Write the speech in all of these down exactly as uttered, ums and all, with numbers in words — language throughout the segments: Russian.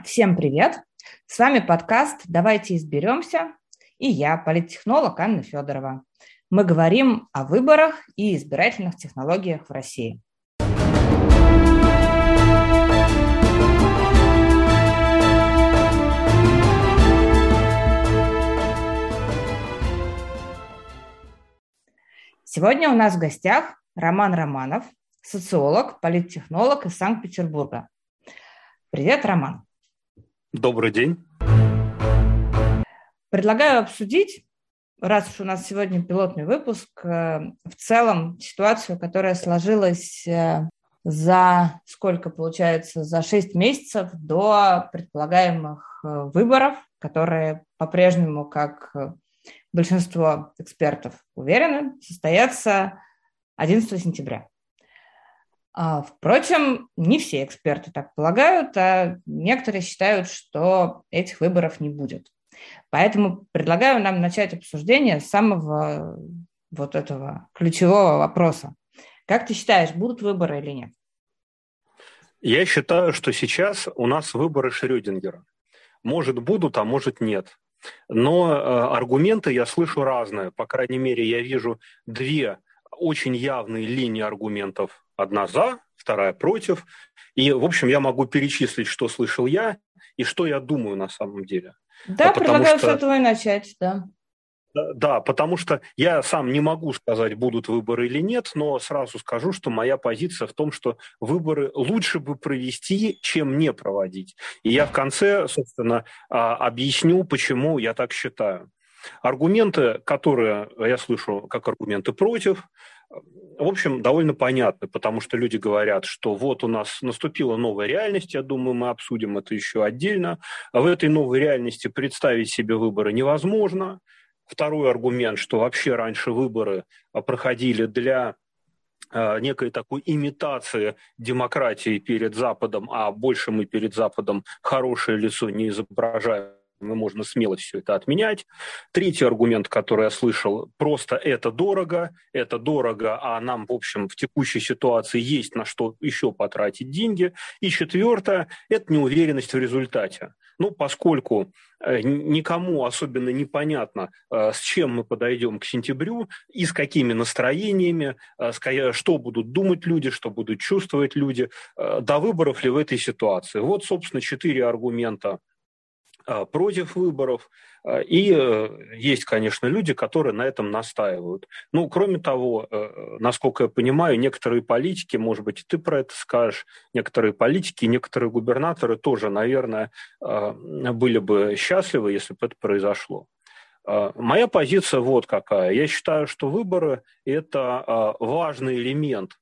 Всем привет! С вами подкаст «Давайте изберемся» и я, политтехнолог Анна Федорова. Мы говорим о выборах и избирательных технологиях в России. Сегодня у нас в гостях Роман Романов, социолог, политтехнолог из Санкт-Петербурга. Привет, Роман. Добрый день. Предлагаю обсудить, раз уж у нас сегодня пилотный выпуск, в целом ситуацию, которая сложилась за сколько, получается, за шесть месяцев до предполагаемых выборов, которые по-прежнему, как большинство экспертов уверены, состоятся одиннадцатого сентября. Впрочем, не все эксперты так полагают, а некоторые считают, что этих выборов не будет. Поэтому предлагаю нам начать обсуждение с самого вот этого ключевого вопроса. Как ты считаешь, будут выборы или нет? Я считаю, что сейчас у нас выборы Шрёдингера. Может, будут, а может, нет. Но э, аргументы я слышу разные. По крайней мере, я вижу две очень явные линии аргументов. Одна за, вторая против. И, в общем, я могу перечислить, что слышал я и что я думаю на самом деле. Да, предлагаю что... с этого и начать, да. Да, потому что я сам не могу сказать, будут выборы или нет, но сразу скажу, что моя позиция в том, что выборы лучше бы провести, чем не проводить. И я в конце, собственно, объясню, почему я так считаю. Аргументы, которые я слышу как аргументы против, в общем, довольно понятны, потому что люди говорят, что вот у нас наступила новая реальность, я думаю, мы обсудим это еще отдельно, а в этой новой реальности представить себе выборы невозможно. Второй аргумент, что вообще раньше выборы проходили для некой такой имитации демократии перед Западом, а больше мы перед Западом хорошее лицо не изображаем. Можно смело все это отменять. Третий аргумент, который я слышал, просто это дорого, это дорого, а нам, в общем, в текущей ситуации есть на что еще потратить деньги. И четвертое, это неуверенность в результате. Ну, поскольку никому особенно непонятно, с чем мы подойдем к сентябрю и с какими настроениями, что будут думать люди, что будут чувствовать люди, до выборов ли в этой ситуации. Вот, собственно, четыре аргумента против выборов, и есть, конечно, люди, которые на этом настаивают. Ну, кроме того, насколько я понимаю, некоторые политики, может быть, и ты про это скажешь, некоторые политики, некоторые губернаторы тоже, наверное, были бы счастливы, если бы это произошло. Моя позиция вот какая. Я считаю, что выборы – это важный элемент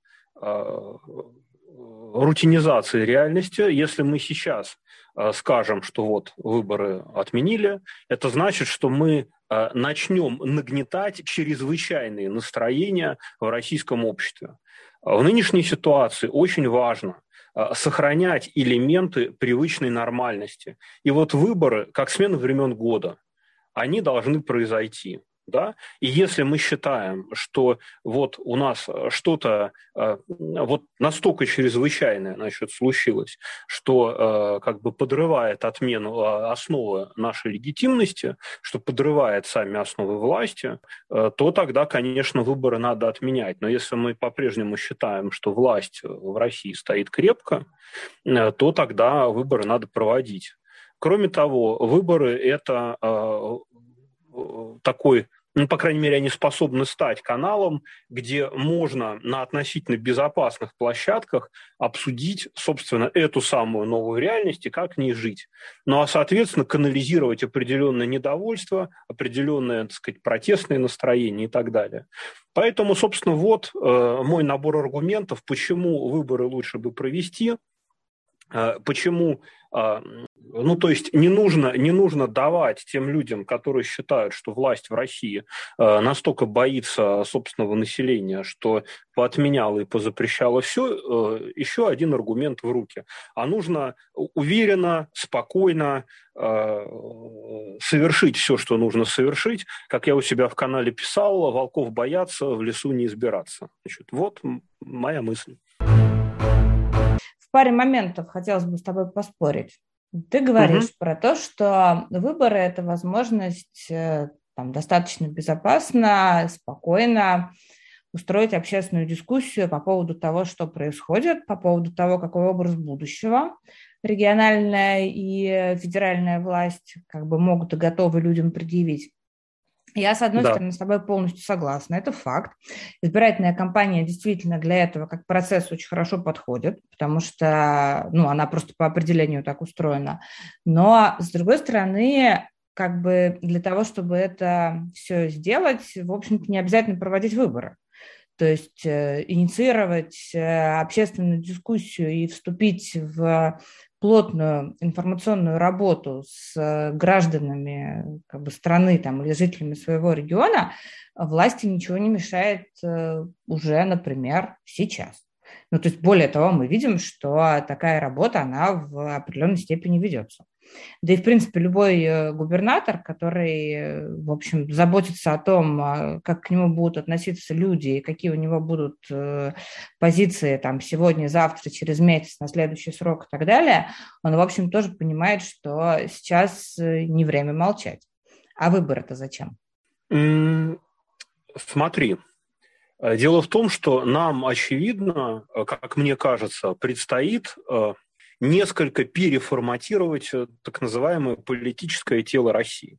рутинизации реальности. Если мы сейчас скажем, что вот выборы отменили, это значит, что мы начнем нагнетать чрезвычайные настроения в российском обществе. В нынешней ситуации очень важно сохранять элементы привычной нормальности. И вот выборы, как смена времен года, они должны произойти. Да? И если мы считаем, что вот у нас что-то э, вот настолько чрезвычайное, значит, случилось, что э, как бы подрывает отмену э, основы нашей легитимности, что подрывает сами основы власти, э, то тогда, конечно, выборы надо отменять. Но если мы по-прежнему считаем, что власть в России стоит крепко, э, то тогда выборы надо проводить. Кроме того, выборы – это э, такой... Ну, по крайней мере, они способны стать каналом, где можно на относительно безопасных площадках обсудить, собственно, эту самую новую реальность и как в ней жить. Ну, а, соответственно, канализировать определенное недовольство, определенное, так сказать, протестное настроение и так далее. Поэтому, собственно, вот э, мой набор аргументов, почему выборы лучше бы провести, э, почему... Э, Ну, то есть не нужно, не нужно давать тем людям, которые считают, что власть в России э, настолько боится собственного населения, что поотменяла и позапрещала все, э, еще один аргумент в руки. А нужно уверенно, спокойно э, совершить все, что нужно совершить. Как я у себя в канале писал, волков боятся, в лесу не избираться. Значит, вот моя мысль. В паре моментов хотелось бы с тобой поспорить. Ты говоришь угу. про то, что выборы – это возможность там, достаточно безопасно, спокойно устроить общественную дискуссию по поводу того, что происходит, по поводу того, какой образ будущего региональная и федеральная власть как бы могут и готовы людям предъявить. Я, с одной да. стороны, с тобой полностью согласна, это факт. Избирательная кампания действительно для этого как процесс очень хорошо подходит, потому что ну, она просто по определению так устроена. Но, с другой стороны, как бы для того, чтобы это все сделать, в общем-то, не обязательно проводить выборы. То есть э, инициировать э, общественную дискуссию и вступить в плотную информационную работу с гражданами как бы, страны там, или жителями своего региона, власти ничего не мешает уже, например, сейчас. Ну, то есть, более того, мы видим, что такая работа, она в определенной степени ведется. Да и, в принципе, любой губернатор, который, в общем, заботится о том, как к нему будут относиться люди, какие у него будут позиции там сегодня, завтра, через месяц, на следующий срок и так далее, он, в общем, тоже понимает, что сейчас не время молчать. А выборы-то зачем? Смотри. Дело в том, что нам, очевидно, как мне кажется, предстоит несколько переформатировать так называемое политическое тело России.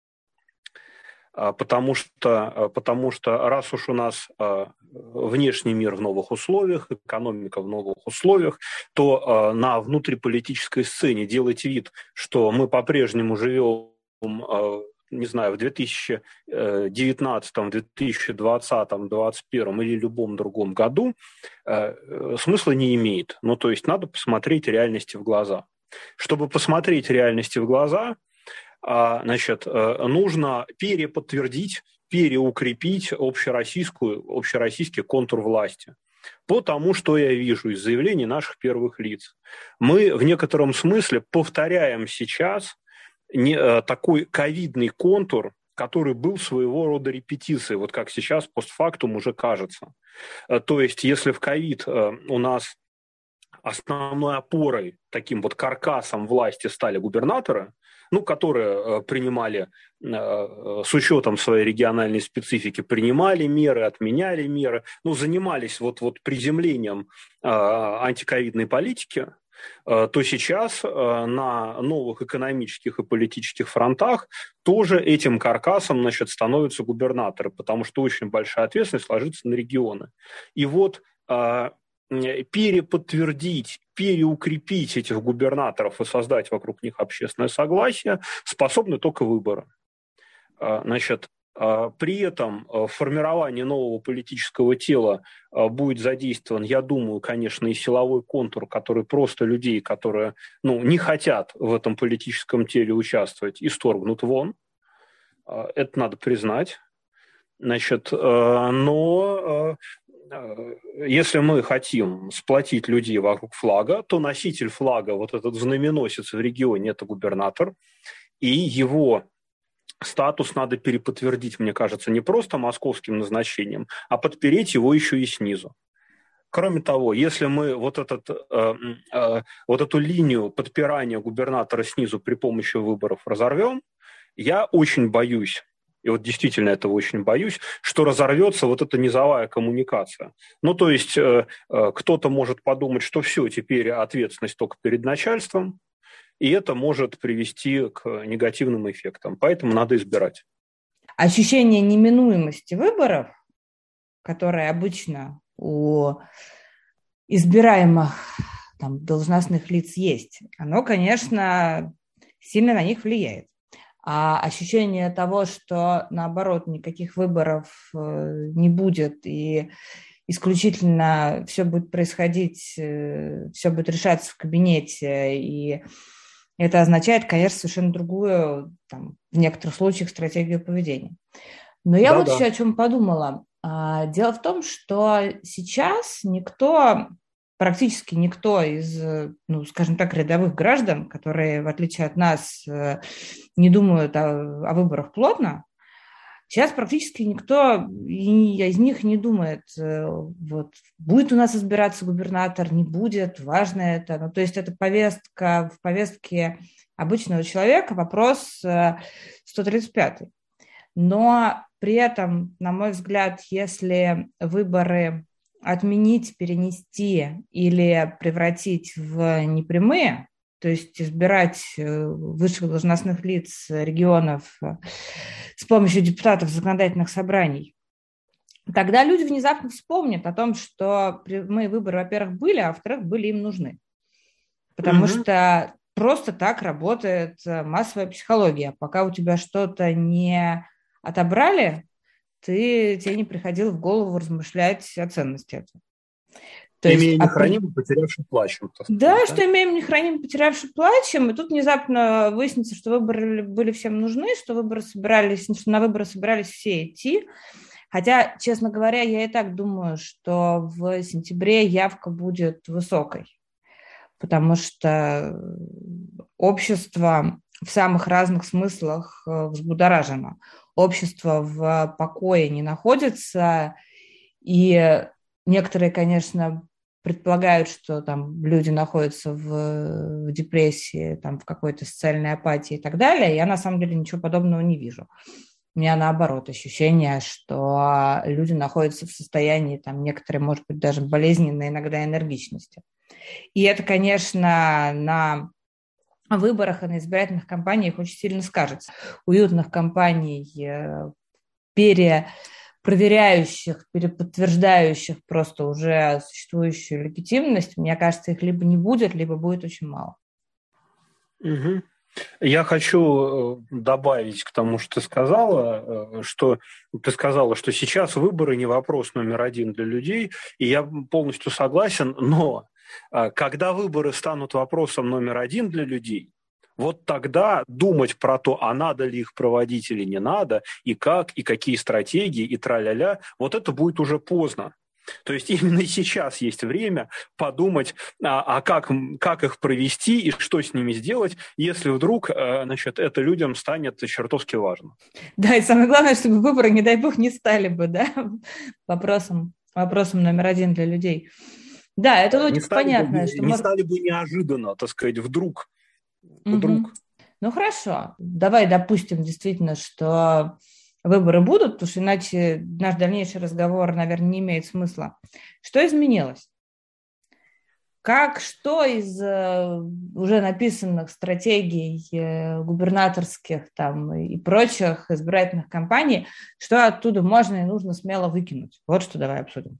Потому что, потому что раз уж у нас внешний мир в новых условиях, экономика в новых условиях, то на внутриполитической сцене делать вид, что мы по-прежнему живем, не знаю, в две тысячи девятнадцатом, две тысячи двадцатом, две тысячи двадцать первом или любом другом году смысла не имеет. Ну, то есть надо посмотреть реальности в глаза. Чтобы посмотреть реальности в глаза, значит, нужно переподтвердить, переукрепить общероссийскую, общероссийский контур власти. По тому, что я вижу из заявлений наших первых лиц. Мы в некотором смысле повторяем сейчас не, такой ковидный контур, который был своего рода репетицией, вот как сейчас постфактум уже кажется. То есть, если в ковид у нас основной опорой, таким вот каркасом власти стали губернаторы, ну, которые принимали, с учетом своей региональной специфики, принимали меры, отменяли меры, ну, занимались вот, вот приземлением антиковидной политики, то сейчас на новых экономических и политических фронтах тоже этим каркасом, значит, становятся губернаторы, потому что очень большая ответственность ложится на регионы. И вот переподтвердить, переукрепить этих губернаторов и создать вокруг них общественное согласие способны только выборы. Значит, при этом в формировании нового политического тела будет задействован, я думаю, конечно, и силовой контур, который просто людей, которые ну, не хотят в этом политическом теле участвовать, исторгнут вон. Это надо признать. Значит, но если мы хотим сплотить людей вокруг флага, то носитель флага, вот этот знаменосец в регионе, это губернатор, и его статус надо переподтвердить, мне кажется, не просто московским назначением, а подпереть его еще и снизу. Кроме того, если мы вот, этот, э, э, вот эту линию подпирания губернатора снизу при помощи выборов разорвем, я очень боюсь, и вот действительно этого очень боюсь, что разорвется вот эта низовая коммуникация. Ну, то есть э, э, кто-то может подумать, что все, теперь ответственность только перед начальством, и это может привести к негативным эффектам. Поэтому надо избирать. Ощущение неминуемости выборов, которое обычно у избираемых там, должностных лиц есть, оно, конечно, сильно на них влияет. А ощущение того, что, наоборот, никаких выборов не будет, и исключительно все будет происходить, все будет решаться в кабинете, и это означает, конечно, совершенно другую, там, в некоторых случаях, стратегию поведения. Но я да, вот да. еще о чем подумала. Дело в том, что сейчас никто, практически никто из, ну, скажем так, рядовых граждан, которые, в отличие от нас, не думают о, о выборах плотно, Сейчас практически никто из них не думает, вот, будет у нас избираться губернатор, не будет, важно это. Ну, то есть это повестка, в повестке обычного человека вопрос сто тридцать пятый. Но при этом, на мой взгляд, если выборы отменить, перенести или превратить в непрямые, то есть избирать высших должностных лиц регионов с помощью депутатов законодательных собраний, тогда люди внезапно вспомнят о том, что прямые выборы, во-первых, были, а во-вторых, были им нужны. Потому mm-hmm. что просто так работает массовая психология. Пока у тебя что-то не отобрали, ты, тебе не приходило в голову размышлять о ценности этого. То имеем есть, не храним, а потерявшим плачем. Да, да, что имеем не храним, потерявшим плачем. И тут внезапно выяснится, что выборы были всем нужны, что, выборы собирались, что на выборы собирались все идти. Хотя, честно говоря, я и так думаю, что в сентябре явка будет высокой. Потому что общество в самых разных смыслах взбудоражено. Общество в покое не находится, и некоторые, конечно, предполагают, что там люди находятся в, в депрессии, там, в какой-то социальной апатии и так далее. Я на самом деле ничего подобного не вижу. У меня наоборот ощущение, что люди находятся в состоянии, там, некоторые, может быть, даже болезненной иногда энергичности. И это, конечно, на выборах и на избирательных кампаниях очень сильно скажется. Уютных кампаний, перепроверяющих, переподтверждающих просто уже существующую легитимность, мне кажется, их либо не будет, либо будет очень мало. Угу. Я хочу добавить к тому, что ты сказала, что ты сказала, что сейчас выборы не вопрос номер один для людей, и я полностью согласен, но когда выборы станут вопросом номер один для людей, вот тогда думать про то, а надо ли их проводить или не надо, и как, и какие стратегии, и тра-ля-ля, вот это будет уже поздно. То есть именно сейчас есть время подумать, а, а как, как их провести и что с ними сделать, если вдруг, значит, это людям станет чертовски важно. Да, и самое главное, чтобы выборы, не дай бог, не стали бы, да, вопросом, вопросом номер один для людей. Да, это очень понятно. Бы, что не мы... стали бы неожиданно, так сказать, вдруг. вдруг. Угу. Ну, хорошо. Давай допустим действительно, что выборы будут, потому что иначе наш дальнейший разговор, наверное, не имеет смысла. Что изменилось? Как, что из э, уже написанных стратегий э, губернаторских там, и прочих избирательных кампаний, что оттуда можно и нужно смело выкинуть? Вот что давай обсудим.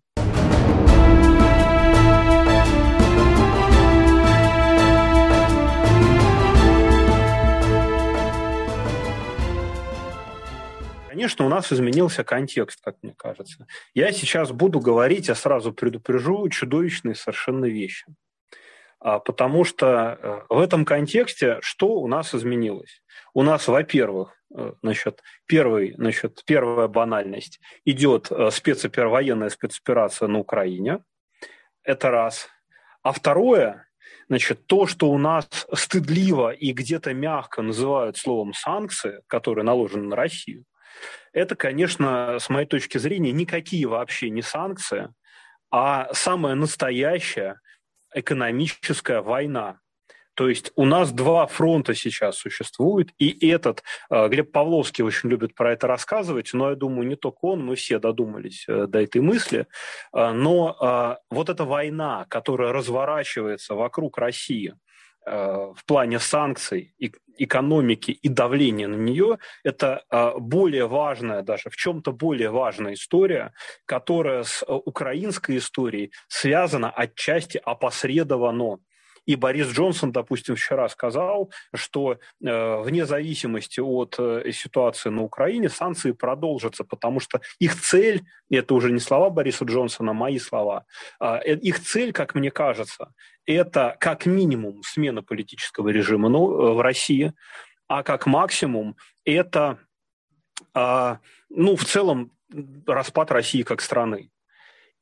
Конечно, у нас изменился контекст, как мне кажется. Я сейчас буду говорить, я сразу предупрежу, чудовищные совершенно вещи. Потому что в этом контексте что у нас изменилось? У нас, во-первых, значит, первый, значит, первая банальность, идет спецопер... военная спецоперация на Украине. Это раз. А второе, значит, то, что у нас стыдливо и где-то мягко называют словом санкции, которые наложены на Россию, это, конечно, с моей точки зрения, никакие вообще не санкции, а самая настоящая экономическая война. То есть у нас два фронта сейчас существуют, и этот, Глеб Павловский очень любит про это рассказывать, но я думаю, не только он, мы все додумались до этой мысли, но вот эта война, которая разворачивается вокруг России в плане санкций, экономики и давления на нее, это более важная, даже в чем-то более важная история, которая с украинской историей связана отчасти опосредованно. И Борис Джонсон, допустим, вчера сказал, что э, вне зависимости от э, ситуации на Украине санкции продолжатся, потому что их цель, и это уже не слова Бориса Джонсона, а мои слова, э, их цель, как мне кажется, это как минимум смена политического режима ну, в России, а как максимум это, э, ну, в целом, распад России как страны.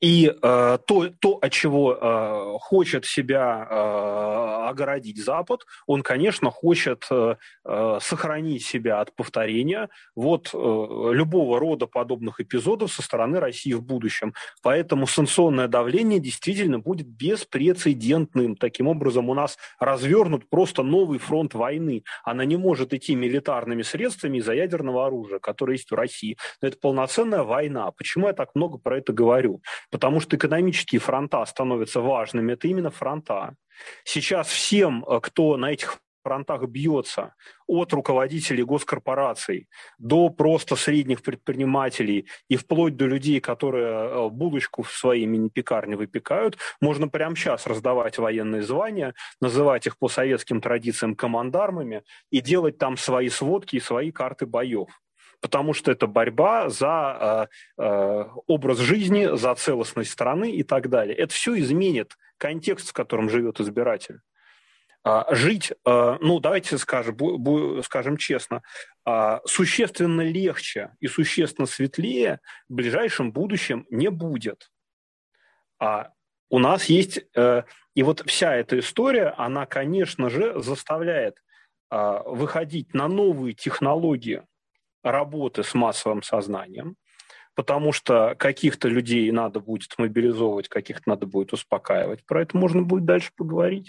И э, то, то, от чего э, хочет себя э, огородить Запад, он, конечно, хочет э, сохранить себя от повторения вот э, любого рода подобных эпизодов со стороны России в будущем. Поэтому санкционное давление действительно будет беспрецедентным. Таким образом, у нас развернут просто новый фронт войны. Она не может идти милитарными средствами из-за ядерного оружия, которое есть в России. Но это полноценная война. Почему я так много про это говорю? Потому что экономические фронта становятся важными. Это именно фронта. Сейчас всем, кто на этих фронтах бьется, от руководителей госкорпораций до просто средних предпринимателей и вплоть до людей, которые булочку в своей мини-пекарне выпекают, можно прямо сейчас раздавать военные звания, называть их по советским традициям командармами и делать там свои сводки и свои карты боев. Потому что это борьба за э, э, образ жизни, за целостность страны и так далее. Это все изменит контекст, в котором живет избиратель. А, жить, э, ну давайте скажем, бу, бу, скажем честно, э, существенно легче и существенно светлее в ближайшем будущем не будет. А у нас есть, э, и вот вся эта история, она, конечно же, заставляет э, выходить на новые технологии работы с массовым сознанием, потому что каких-то людей надо будет мобилизовывать, каких-то надо будет успокаивать. Про это можно будет дальше поговорить.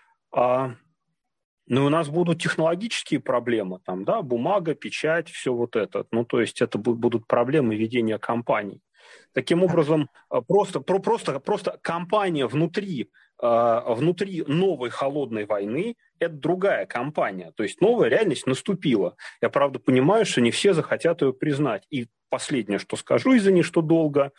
А, ну, у нас будут технологические проблемы, там, да, бумага, печать, все вот это. Ну, то есть это будут проблемы ведения кампаний. Таким образом, просто, просто, просто кампания внутри, внутри новой холодной войны – это другая кампания. То есть новая реальность наступила. Я, правда, понимаю, что не все захотят ее признать. И последнее, что скажу, извини, что долго,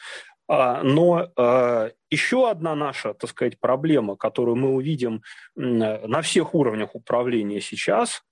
но еще одна наша, так сказать, проблема, которую мы увидим на всех уровнях управления сейчас,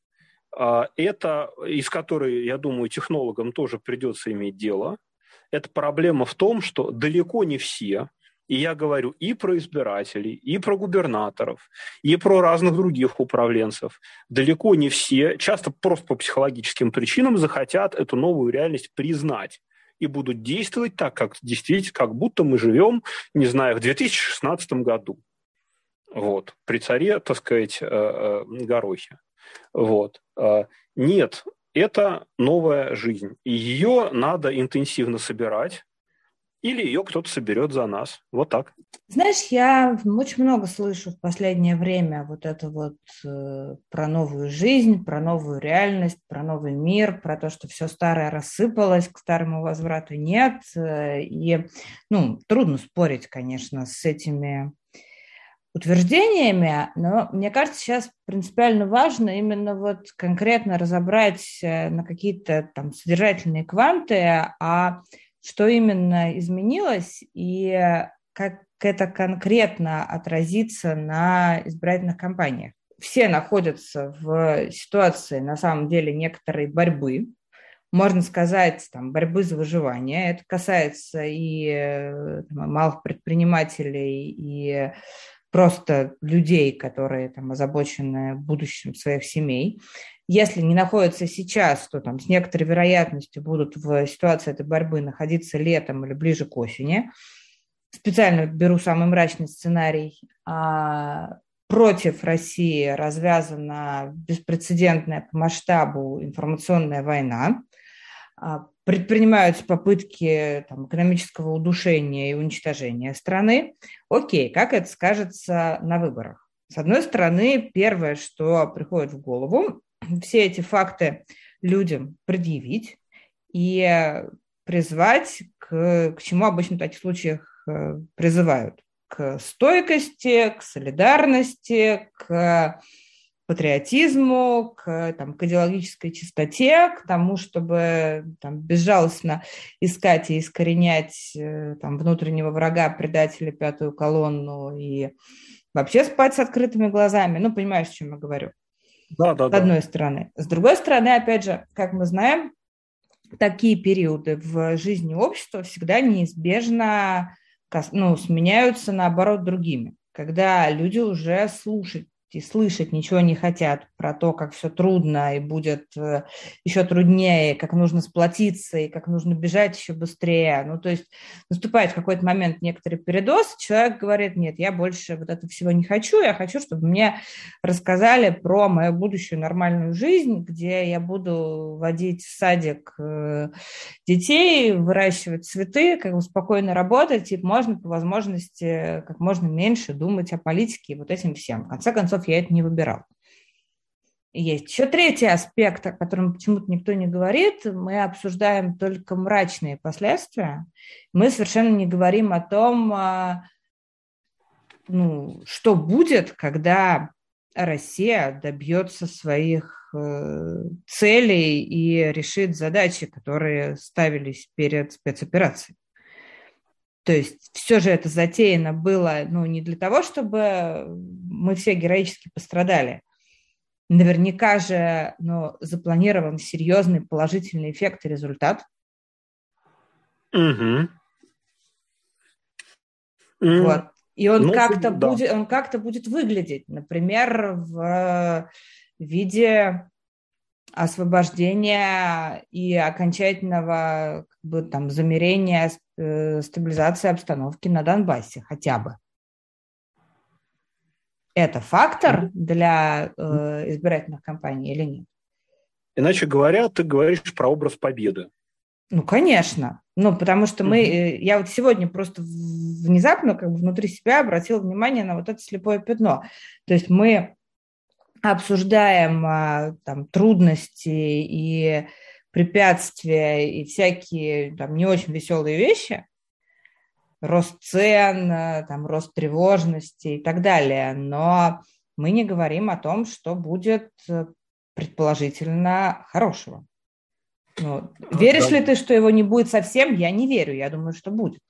это, и с которой, я думаю, технологам тоже придется иметь дело, это проблема в том, что далеко не все, и я говорю и про избирателей, и про губернаторов, и про разных других управленцев, далеко не все, часто просто по психологическим причинам захотят эту новую реальность признать и будут действовать так, как действительно, как будто мы живем, не знаю, в две тысячи шестнадцатом году. Вот, при царе, так сказать, Горохе. Вот. Нет, это новая жизнь, и ее надо интенсивно собирать, или ее кто-то соберет за нас. Вот так. Знаешь, я очень много слышу в последнее время вот это вот э, про новую жизнь, про новую реальность, про новый мир, про то, что все старое рассыпалось, к старому возврату нет. Э, и, ну, трудно спорить, конечно, с этими утверждениями, но мне кажется, сейчас принципиально важно именно вот конкретно разобрать на какие-то там содержательные кванты, а что именно изменилось и как это конкретно отразится на избирательных кампаниях. Все находятся в ситуации, на самом деле, некоторой борьбы, можно сказать, там, борьбы за выживание. Это касается и там, малых предпринимателей, и просто людей, которые там озабочены будущим своих семей. Если не находятся сейчас, то там с некоторой вероятностью будут в ситуации этой борьбы находиться летом или ближе к осени. Специально беру самый мрачный сценарий. А против России развязана беспрецедентная по масштабу информационная война. Предпринимаются попытки там, экономического удушения и уничтожения страны. Окей, как это скажется на выборах? С одной стороны, первое, что приходит в голову, все эти факты людям предъявить и призвать, к, к чему обычно в таких случаях призывают, к стойкости, к солидарности, к патриотизму, к, там, к идеологической чистоте, к тому, чтобы там, безжалостно искать и искоренять там, внутреннего врага, предателя, пятую колонну и вообще спать с открытыми глазами. Ну, понимаешь, о чем я говорю? Да, да, с одной да. стороны. С другой стороны, опять же, как мы знаем, такие периоды в жизни общества всегда неизбежно ну, сменяются, наоборот, другими, когда люди уже слушать и слышать ничего не хотят про то, как все трудно и будет еще труднее, как нужно сплотиться и как нужно бежать еще быстрее. Ну, то есть наступает в какой-то момент некоторый передоз, человек говорит, нет, я больше вот этого всего не хочу, я хочу, чтобы мне рассказали про мою будущую нормальную жизнь, где я буду водить в садик детей, выращивать цветы, как бы спокойно работать, и можно по возможности как можно меньше думать о политике и вот этим всем. В конце концов, я это не выбирал. И есть еще третий аспект, о котором почему-то никто не говорит. Мы обсуждаем только мрачные последствия. Мы совершенно не говорим о том, ну, что будет, когда Россия добьется своих целей и решит задачи, которые ставились перед спецоперацией. То есть все же это затеяно было, ну, не для того, чтобы мы все героически пострадали. Наверняка же, ну, запланирован серьезный положительный эффект и результат. Угу. Вот. И он, ну, как-то да. будет, он как-то будет выглядеть, например, в виде освобождения и окончательного, как бы, там, замерения, стабилизации обстановки на Донбассе хотя бы. Это фактор для э, избирательных кампаний или нет? Иначе говоря, ты говоришь про образ победы. Ну, конечно. Ну, потому что мы... Mm-hmm. Я вот сегодня просто внезапно как бы внутри себя обратила внимание на вот это слепое пятно. То есть мы обсуждаем там трудности и препятствия и всякие там не очень веселые вещи, рост цен, там, рост тревожности и так далее, но мы не говорим о том, что будет предположительно хорошего. Ну, веришь да. ли ты, что его не будет совсем? Я не верю, я думаю, что будет.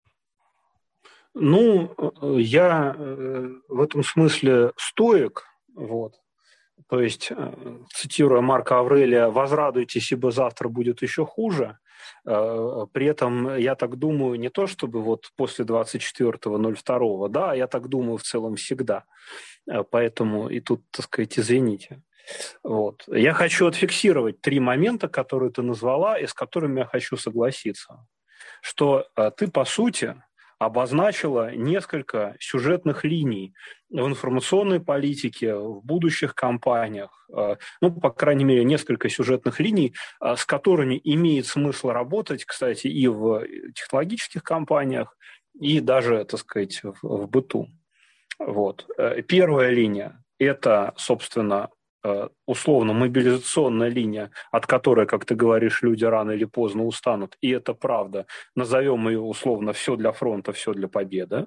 Ну, я в этом смысле стоик, вот. То есть, цитируя Марка Аврелия, «возрадуйтесь, ибо завтра будет еще хуже». При этом я так думаю не то, чтобы вот после двадцать четвёртого ноль второго, да, я так думаю в целом всегда. Поэтому и тут, так сказать, извините. Вот. Я хочу отфиксировать три момента, которые ты назвала, и с которыми я хочу согласиться. Что ты, по сути, обозначила несколько сюжетных линий в информационной политике, в будущих кампаниях, ну, по крайней мере, несколько сюжетных линий, с которыми имеет смысл работать, кстати, и в технологических кампаниях, и даже, так сказать, в, в быту. Вот. Первая линия – это, собственно, условно мобилизационная линия, от которой, как ты говоришь, люди рано или поздно устанут, и это правда. Назовем ее условно «все для фронта, все для победы».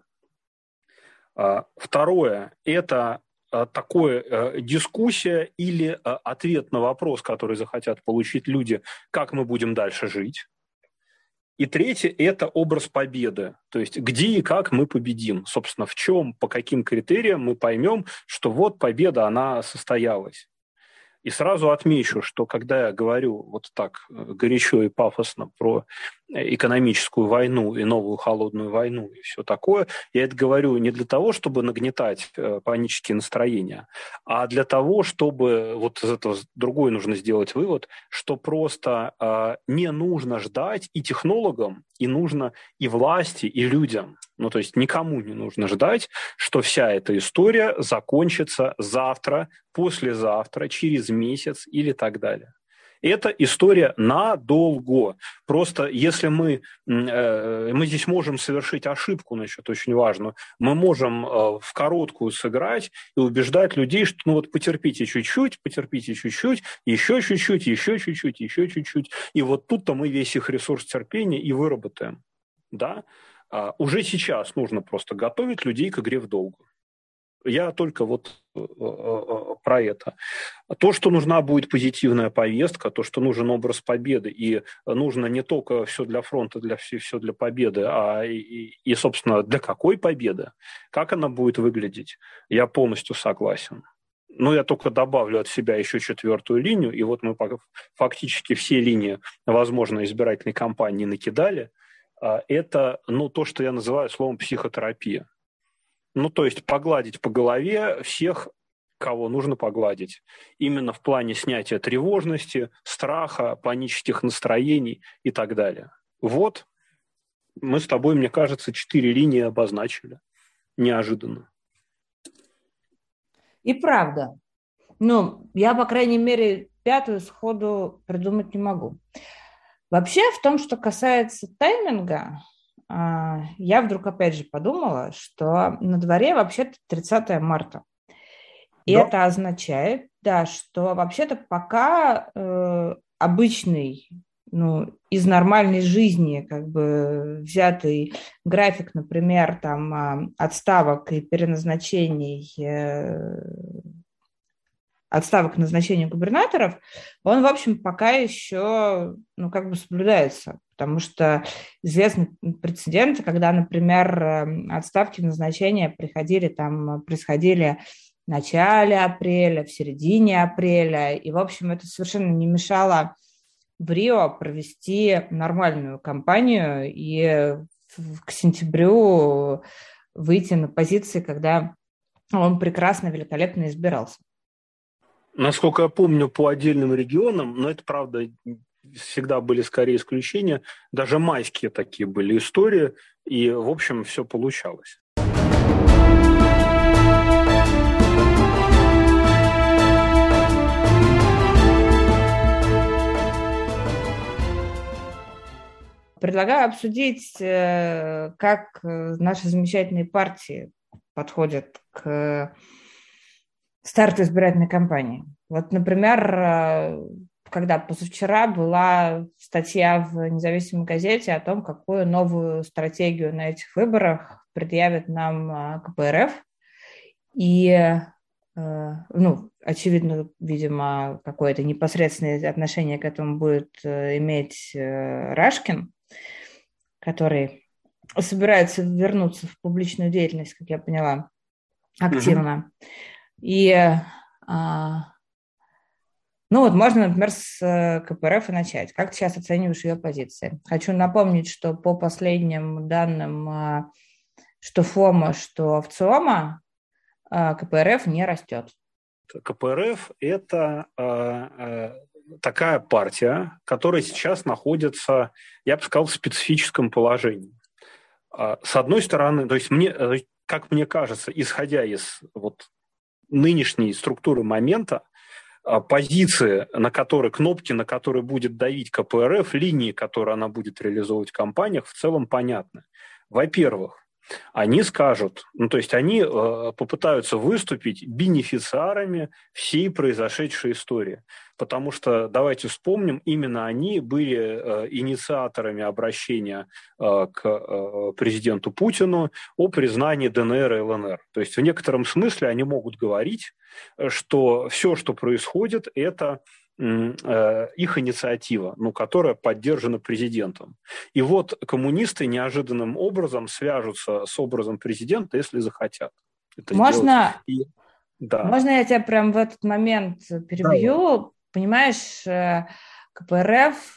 Второе – это такое дискуссия или ответ на вопрос, который захотят получить люди, как мы будем дальше жить. И третье – это образ победы, то есть где и как мы победим, собственно, в чем, по каким критериям мы поймем, что вот победа, она состоялась. И сразу отмечу, что когда я говорю вот так горячо и пафосно про экономическую войну и новую холодную войну и все такое, я это говорю не для того, чтобы нагнетать панические настроения, а для того, чтобы, вот из этого другой нужно сделать вывод, что просто э, не нужно ждать и технологам, и нужно и власти, и людям. Ну, то есть никому не нужно ждать, что вся эта история закончится завтра, послезавтра, через месяц или так далее. Это история надолго. Просто если мы, э, мы здесь можем совершить ошибку, значит, очень важную, мы можем э, в короткую сыграть и убеждать людей, что ну вот потерпите чуть-чуть, потерпите чуть-чуть, еще чуть-чуть, еще чуть-чуть, еще чуть-чуть. И вот тут-то мы весь их ресурс терпения и выработаем. Да? А уже сейчас нужно просто готовить людей к игре в долгую. Я только вот про это. То, что нужна будет позитивная повестка, то, что нужен образ победы, и нужно не только все для фронта, для все, все для победы, а и, и, собственно, для какой победы, как она будет выглядеть, я полностью согласен. Но я только добавлю от себя еще четвертую линию, и вот мы фактически все линии, возможно, избирательной кампании накидали. Это, ну, то, что я называю словом психотерапия. Ну, то есть погладить по голове всех кого нужно погладить. Именно в плане снятия тревожности, страха, панических настроений и так далее. Вот мы с тобой, мне кажется, четыре линии обозначили. Неожиданно. И правда. Ну, я, по крайней мере, пятую сходу придумать не могу. Вообще, в том, что касается тайминга, я вдруг опять же подумала, что на дворе вообще-то тридцатое марта. И да. Это означает, да, что вообще-то пока э, обычный, ну, из нормальной жизни как бы взятый график, например, там отставок и переназначений, э, отставок назначения губернаторов, он, в общем, пока еще, ну, как бы соблюдается, потому что известны прецеденты, когда, например, отставки назначения приходили, там, происходили в начале апреля, в середине апреля, и, в общем, это совершенно не мешало в Рио провести нормальную кампанию и к сентябрю выйти на позиции, когда он прекрасно, великолепно избирался. Насколько я помню, по отдельным регионам, но это, правда, всегда были скорее исключения, даже майские такие были истории, и, в общем, все получалось. Предлагаю обсудить, как наши замечательные партии подходят к старту избирательной кампании. Вот, например, когда позавчера была статья в независимой газете о том, какую новую стратегию на этих выборах предъявит нам ка пэ эр эф. И, ну, очевидно, видимо, какое-то непосредственное отношение к этому будет иметь Рашкин, который собирается вернуться в публичную деятельность, как я поняла, активно. Mm-hmm. И, а, ну вот, можно, например, с ка пэ эр эф и начать. Как ты сейчас оцениваешь ее позиции? Хочу напомнить, что по последним данным, что ФОМА, что ВЦИОМа, ка пэ эр эф не растет. ка пэ эр эф – это э, такая партия, которая сейчас находится, я бы сказал, в специфическом положении. С одной стороны, то есть мне, как мне кажется, исходя из вот нынешней структуры момента, позиции, на которые, кнопки, на которые будет давить ка пэ эр эф, линии, которые она будет реализовывать в кампаниях, в целом понятны. Во-первых, они скажут, ну то есть они э, попытаются выступить бенефициарами всей произошедшей истории. Потому что, давайте вспомним, именно они были э, инициаторами обращения э, к э, президенту Путину о признании дэ эн эр и эл эн эр. То есть в некотором смысле они могут говорить, что все, что происходит, это их инициатива, ну, которая поддержана президентом. И вот коммунисты неожиданным образом свяжутся с образом президента, если захотят это Можно, И, да. Можно я тебя прям в этот момент перебью? Да. Понимаешь, ка пэ эр эф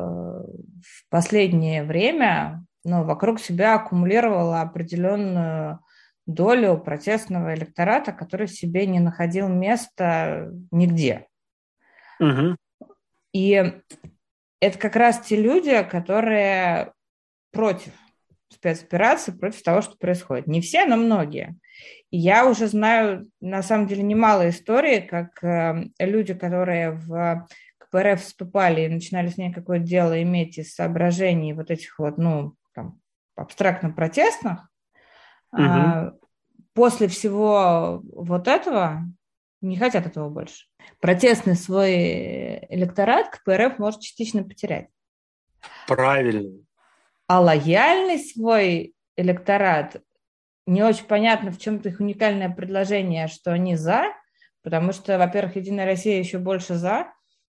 в последнее время, ну, вокруг себя аккумулировала определенную долю протестного электората, который себе не находил места нигде. Угу. И это как раз те люди, которые против спецоперации, против того, что происходит. Не все, но многие. И я уже знаю, на самом деле, немало историй, как э, люди, которые в ка пэ эр эф вступали и начинали с ней какое-то дело иметь из соображений вот этих вот, ну, там, абстрактно-протестных, угу. э, после всего вот этого не хотят этого больше. Протестный свой электорат ка пэ эр эф может частично потерять. Правильно. А лояльный свой электорат, не очень понятно, в чем-то их уникальное предложение, что они за, потому что, во-первых, Единая Россия еще больше за.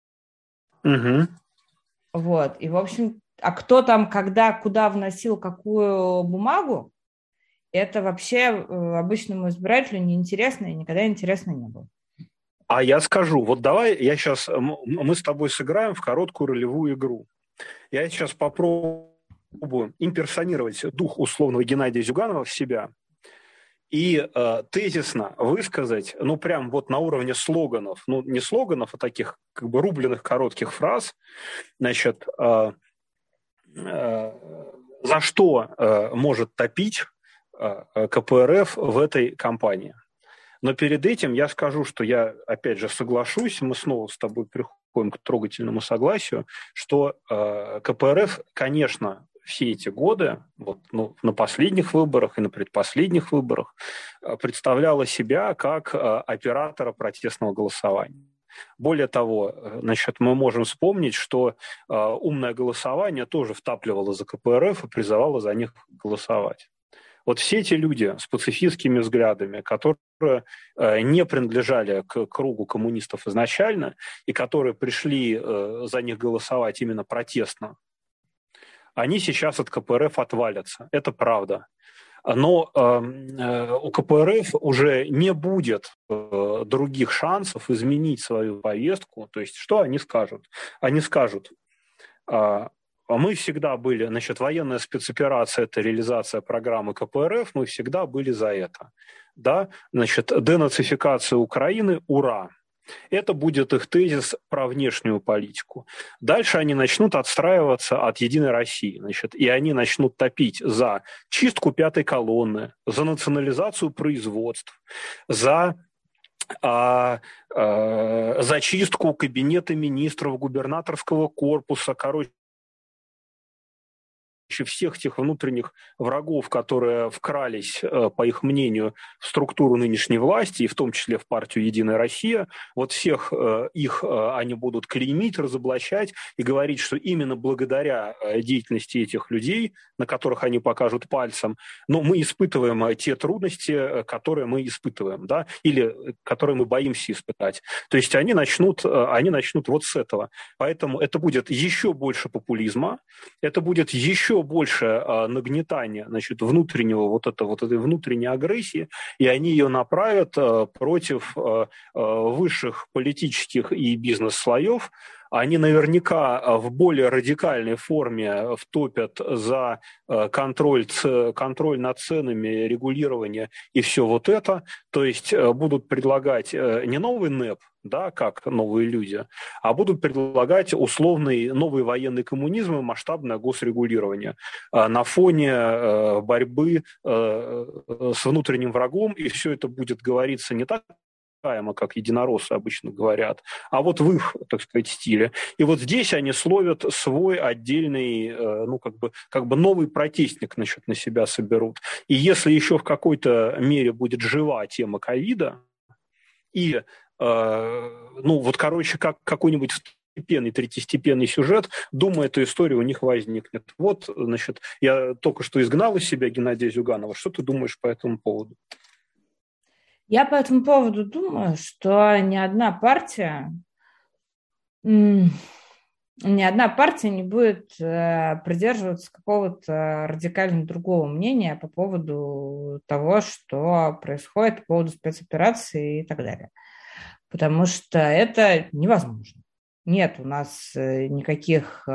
Угу. Вот. И, в общем, а кто там, когда, куда вносил какую бумагу, это вообще обычному избирателю неинтересно и никогда интересно не было. А я скажу, вот давай я сейчас, мы с тобой сыграем в короткую ролевую игру. Я сейчас попробую имперсонировать дух условного Геннадия Зюганова в себя и э, тезисно высказать, ну, прям вот на уровне слоганов, ну, не слоганов, а таких как бы рубленых коротких фраз, значит, э, э, за что э, может топить э, ка пэ эр эф в этой кампании. Но перед этим я скажу, что я, опять же, соглашусь, мы снова с тобой приходим к трогательному согласию, что э, ка пэ эр эф, конечно, все эти годы, вот, ну, на последних выборах и на предпоследних выборах, э, представляла себя как э, оператора протестного голосования. Более того, значит, мы можем вспомнить, что э, умное голосование тоже втапливало за ка пэ эр эф и призывало за них голосовать. Вот все эти люди с пацифистскими взглядами, которые э, не принадлежали к кругу коммунистов изначально и которые пришли э, за них голосовать именно протестно, они сейчас от ка пэ эр эф отвалятся. Это правда. Но э, э, у ка пэ эр эф уже не будет э, других шансов изменить свою повестку. То есть что они скажут? Они скажут... Э, Мы всегда были, значит, военная спецоперация – это реализация программы ка пэ эр эф, мы всегда были за это. Да? Значит, денацификация Украины – ура! Это будет их тезис про внешнюю политику. Дальше они начнут отстраиваться от «Единой России», значит, и они начнут топить за чистку пятой колонны, за национализацию производств, за... А, а, зачистку кабинета министров, губернаторского корпуса, короче, всех тех внутренних врагов, которые вкрались, по их мнению, в структуру нынешней власти, и в том числе в партию «Единая Россия», вот всех их они будут клеймить, разоблачать и говорить, что именно благодаря деятельности этих людей, на которых они покажут пальцем, ну, мы испытываем те трудности, которые мы испытываем, да, или которые мы боимся испытать. То есть они начнут, они начнут вот с этого. Поэтому это будет еще больше популизма, это будет еще больше э, нагнетания, значит, внутреннего вот это, вот этой внутренней агрессии, и они ее направят э, против э, высших политических и бизнес-слоев. Они наверняка в более радикальной форме втопят за контроль, контроль над ценами, регулирование и все вот это. То есть будут предлагать не новый НЭП, да, как новые люди, а будут предлагать условный новый военный коммунизм и масштабное госрегулирование на фоне борьбы с внутренним врагом, и все это будет говориться не так, как единороссы обычно говорят, а вот в их, так сказать, стиле. И вот здесь они словят свой отдельный, ну, как бы, как бы новый протестник, значит, на себя соберут. И если еще в какой-то мере будет жива тема ковида, и, э, ну, вот, короче, как какой-нибудь второстепенный, третьестепенный сюжет, думаю, эта история у них возникнет. Вот, значит, я только что изгнал из себя Геннадия Зюганова. Что ты думаешь по этому поводу? Я по этому поводу думаю, что ни одна партия, ни одна партия не будет придерживаться какого-то радикально другого мнения по поводу того, что происходит по поводу спецоперации и так далее. Потому что это невозможно. Нет у нас никаких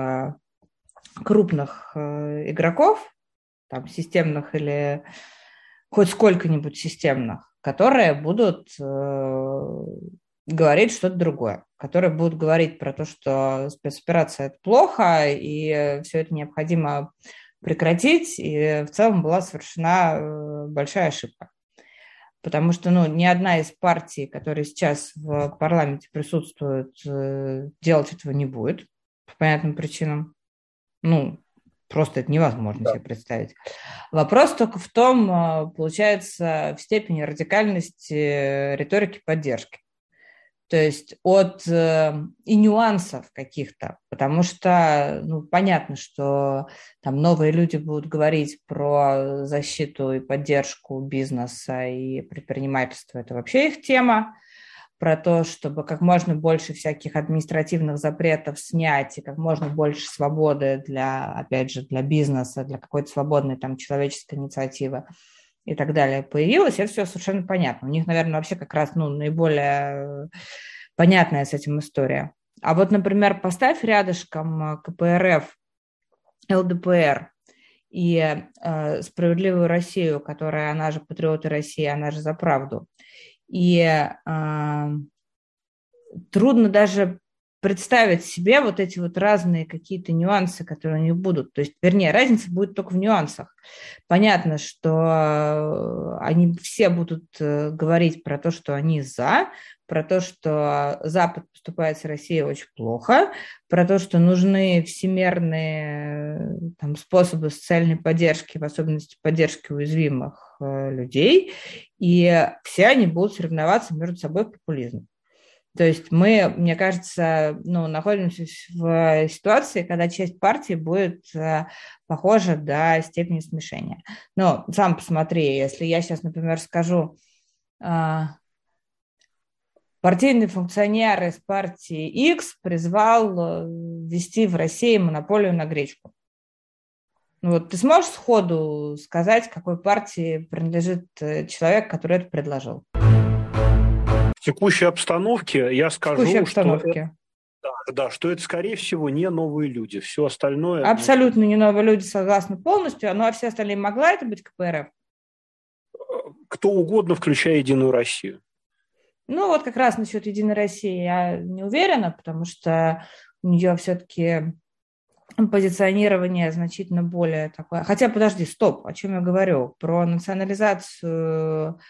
крупных игроков, там, системных или хоть сколько-нибудь системных, которые будут э, говорить что-то другое, которые будут говорить про то, что спецоперация – это плохо, и все это необходимо прекратить, и в целом была совершена большая ошибка. Потому что ну, ни одна из партий, которые сейчас в парламенте присутствуют, э, делать этого не будет по понятным причинам. Ну, просто это невозможно да. себе представить. Вопрос только в том, получается, в степени радикальности риторики поддержки. То есть от э, и нюансов каких-то, потому что ну, понятно, что там новые люди будут говорить про защиту и поддержку бизнеса и предпринимательства. Это вообще их тема. Про то, чтобы как можно больше всяких административных запретов снять и как можно больше свободы для, опять же, для бизнеса, для какой-то свободной там человеческой инициативы и так далее появилось, это все совершенно понятно. У них, наверное, вообще как раз ну, наиболее понятная с этим история. А вот, например, поставь рядышком ка пэ эр эф, эл дэ пэ эр и э, «Справедливую Россию», которая, она же «Патриоты России», она же «За правду». И э, трудно даже представить себе вот эти вот разные какие-то нюансы, которые у них будут. То есть, вернее, разница будет только в нюансах. Понятно, что они все будут говорить про то, что они за, про то, что Запад поступает с Россией очень плохо, про то, что нужны всемирные там, способы социальной поддержки, в особенности поддержки уязвимых людей, и все они будут соревноваться между собой в популизме. То есть мы, мне кажется, ну, находимся в ситуации, когда часть партии будет похожа до степени смешения. Но сам посмотри, если я сейчас, например, скажу, партийный функционер из партии X призвал ввести в России монополию на гречку. Ну, вот ты сможешь сходу сказать, какой партии принадлежит человек, который это предложил? В текущей обстановке я скажу, текущей обстановке. что, да, да, что это, скорее всего, не новые люди. Все остальное... Абсолютно не новые люди, согласны полностью. Ну, а все остальные, могла это быть ка пэ эр эф? Кто угодно, включая «Единую Россию». Ну, вот как раз насчет «Единой России» я не уверена, потому что у нее все-таки позиционирование значительно более такое... Хотя, подожди, стоп, о чем я говорю? Про национализацию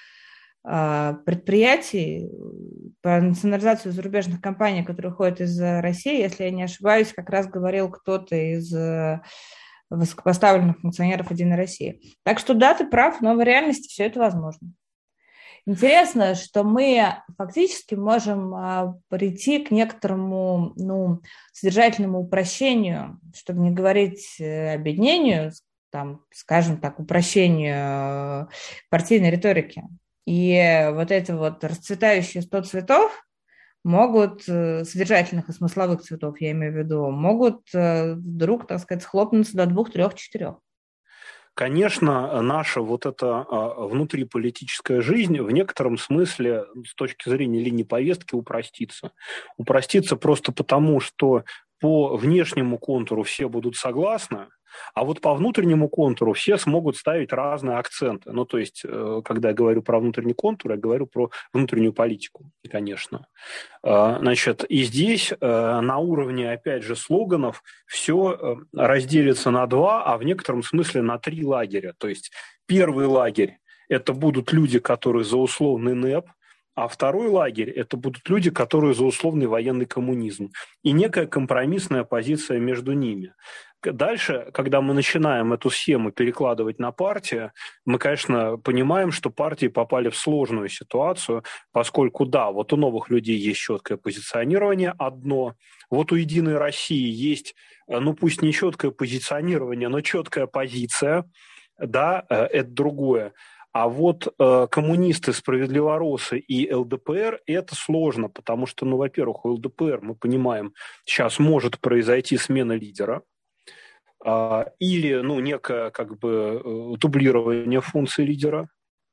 предприятий, по национализацию зарубежных компаний, которые уходят из России, если я не ошибаюсь, как раз говорил кто-то из высокопоставленных функционеров «Единой России». Так что да, ты прав, в новой реальности все это возможно. Интересно, что мы фактически можем прийти к некоторому ну, содержательному упрощению, чтобы не говорить объединению, там, скажем так, упрощению партийной риторики. И вот это вот расцветающие сто цветов могут, содержательных и смысловых цветов, я имею в виду, могут вдруг, так сказать, схлопнуться до двух, трех, четырех. Конечно, наша вот эта внутриполитическая жизнь в некотором смысле с точки зрения линии повестки упростится. Упростится просто потому, что по внешнему контуру все будут согласны, а вот по внутреннему контуру все смогут ставить разные акценты. Ну, то есть, когда я говорю про внутренний контур, я говорю про внутреннюю политику, конечно. Значит, и здесь на уровне, опять же, слоганов все разделится на два, а в некотором смысле на три лагеря. То есть, первый лагерь – это будут люди, которые за условный НЭП, а второй лагерь – это будут люди, которые за условный военный коммунизм. И некая компромиссная позиция между ними. Дальше, когда мы начинаем эту схему перекладывать на партии, мы, конечно, понимаем, что партии попали в сложную ситуацию, поскольку, да, вот у новых людей есть четкое позиционирование одно, вот у «Единой России» есть, ну пусть не четкое позиционирование, но четкая позиция, да, это другое. А вот э, коммунисты, справедливоросы и эл дэ пэ эр – это сложно, потому что, ну, во-первых, у эл дэ пэ эр, мы понимаем, сейчас может произойти смена лидера э, или, ну, некое, как бы, э, дублирование функций лидера.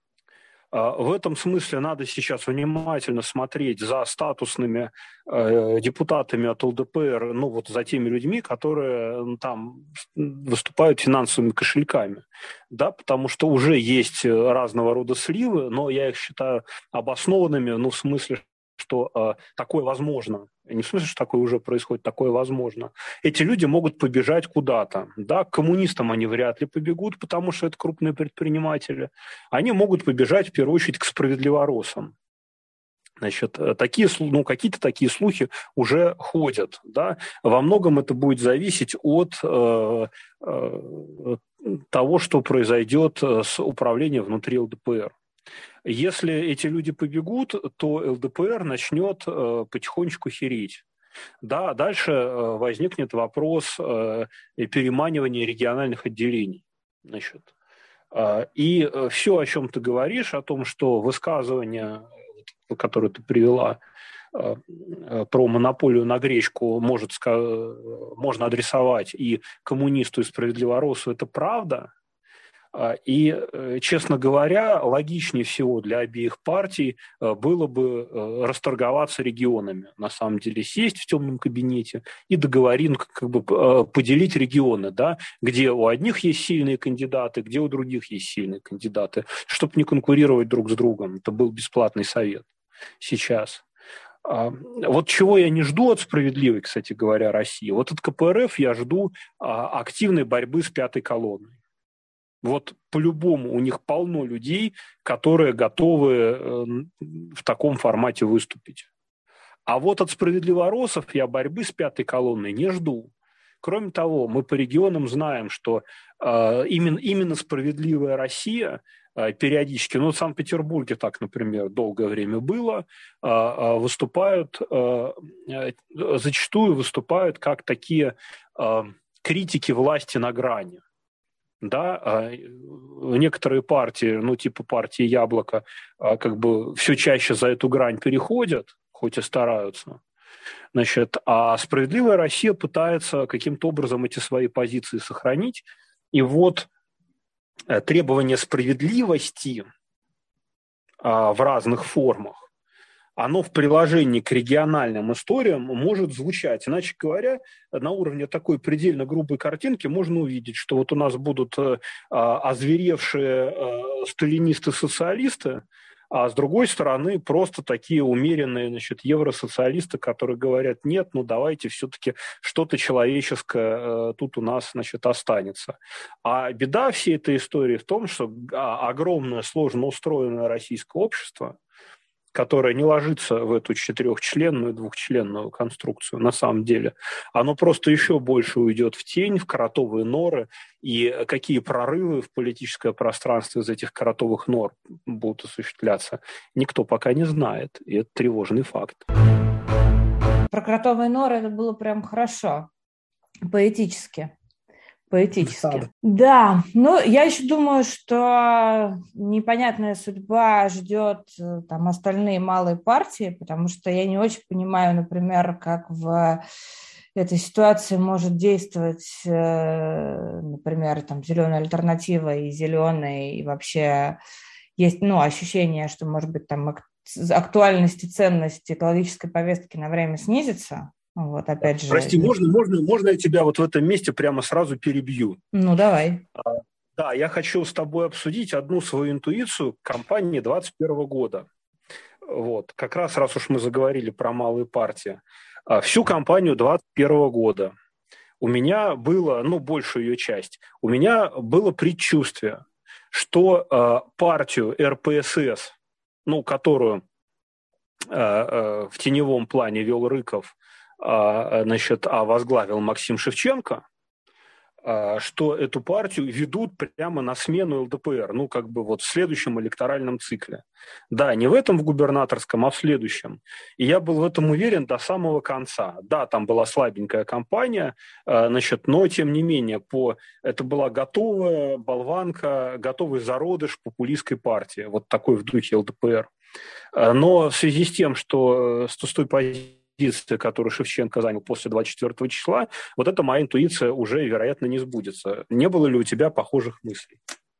В этом смысле надо сейчас внимательно смотреть за статусными э, депутатами от эл дэ пэ эр, ну вот за теми людьми, которые ну, там выступают финансовыми кошельками, да, потому что уже есть разного рода сливы, но я их считаю обоснованными, ну в смысле, что э, такое возможно. Не в смысле, что такое уже происходит, такое возможно. Эти люди могут побежать куда-то. Да? К коммунистам они вряд ли побегут, потому что это крупные предприниматели. Они могут побежать, в первую очередь, к справедливоросам. Значит, такие, ну, какие-то такие слухи уже ходят. Да? Во многом это будет зависеть от э, э, того, что произойдет с управлением внутри эл дэ пэ эр. Если эти люди побегут, то эл дэ пэ эр начнет э, потихонечку хереть. Да, дальше э, возникнет вопрос э, переманивания региональных отделений. Значит, э, и э, все, о чем ты говоришь, о том, что высказывание, которое ты привела, э, про монополию на гречку может, можно адресовать и коммунисту, и справедливоросу, это правда. И, честно говоря, логичнее всего для обеих партий было бы расторговаться регионами. На самом деле сесть в темном кабинете и договориться, как бы поделить регионы, да, где у одних есть сильные кандидаты, где у других есть сильные кандидаты, чтобы не конкурировать друг с другом. Это был бесплатный совет сейчас. Вот чего я не жду от справедливой, кстати говоря, России. Вот от ка пэ эр эф я жду активной борьбы с пятой колонной. Вот по-любому у них полно людей, которые готовы в таком формате выступить. А вот от справедливоросов я борьбы с пятой колонной не жду. Кроме того, мы по регионам знаем, что именно, именно справедливая Россия периодически, ну, в Санкт-Петербурге так, например, долгое время было, выступают, зачастую выступают как такие критики власти на грани. Да, некоторые партии, ну, типа партии «Яблоко», как бы все чаще за эту грань переходят, хоть и стараются. Значит, а «Справедливая Россия» пытается каким-то образом эти свои позиции сохранить. И вот требование справедливости в разных формах, оно в приложении к региональным историям может звучать. Иначе говоря, на уровне такой предельно грубой картинки можно увидеть, что вот у нас будут озверевшие сталинисты-социалисты, а с другой стороны просто такие умеренные, значит, евросоциалисты, которые говорят, нет, ну давайте все-таки что-то человеческое тут у нас, значит, останется. А беда всей этой истории в том, что огромное сложно устроенное российское общество, которое не ложится в эту четырехчленную, двухчленную конструкцию на самом деле, оно просто еще больше уйдет в тень, в кротовые норы, и какие прорывы в политическое пространство из этих кротовых нор будут осуществляться, никто пока не знает, и это тревожный факт. Про кротовые норы это было прям хорошо, поэтически. Поэтически. Да, ну, я еще думаю, что непонятная судьба ждет там остальные малые партии, потому что я не очень понимаю, например, как в этой ситуации может действовать, например, там «Зеленая альтернатива» и «Зеленые», и вообще есть, ну, ощущение, что, может быть, там актуальность и ценность экологической повестки на время снизится. Вот, опять же. Прости, можно, можно, можно я тебя вот в этом месте прямо сразу перебью? Ну, давай. Да, я хочу с тобой обсудить одну свою интуицию кампании двадцать первого года. Вот, как раз, раз уж мы заговорили про малые партии. Всю кампанию двадцать первого года у меня было, ну, большую ее часть, у меня было предчувствие, что партию эр пэ эс эс, ну, которую в теневом плане вел Рыков, значит, а возглавил Максим Шевченко, что эту партию ведут прямо на смену эл дэ пэ эр, ну, как бы вот в следующем электоральном цикле. Да, не в этом в губернаторском, а в следующем. И я был в этом уверен до самого конца. Да, там была слабенькая кампания, значит, но, тем не менее, по... это была готовая болванка, готовый зародыш популистской партии, вот такой в духе эл дэ пэ эр. Но в связи с тем, что с той позиции, которую Шевченко занял после двадцать четвёртого числа, вот эта моя интуиция уже, вероятно, не сбудется. Не было ли у тебя похожих мыслей?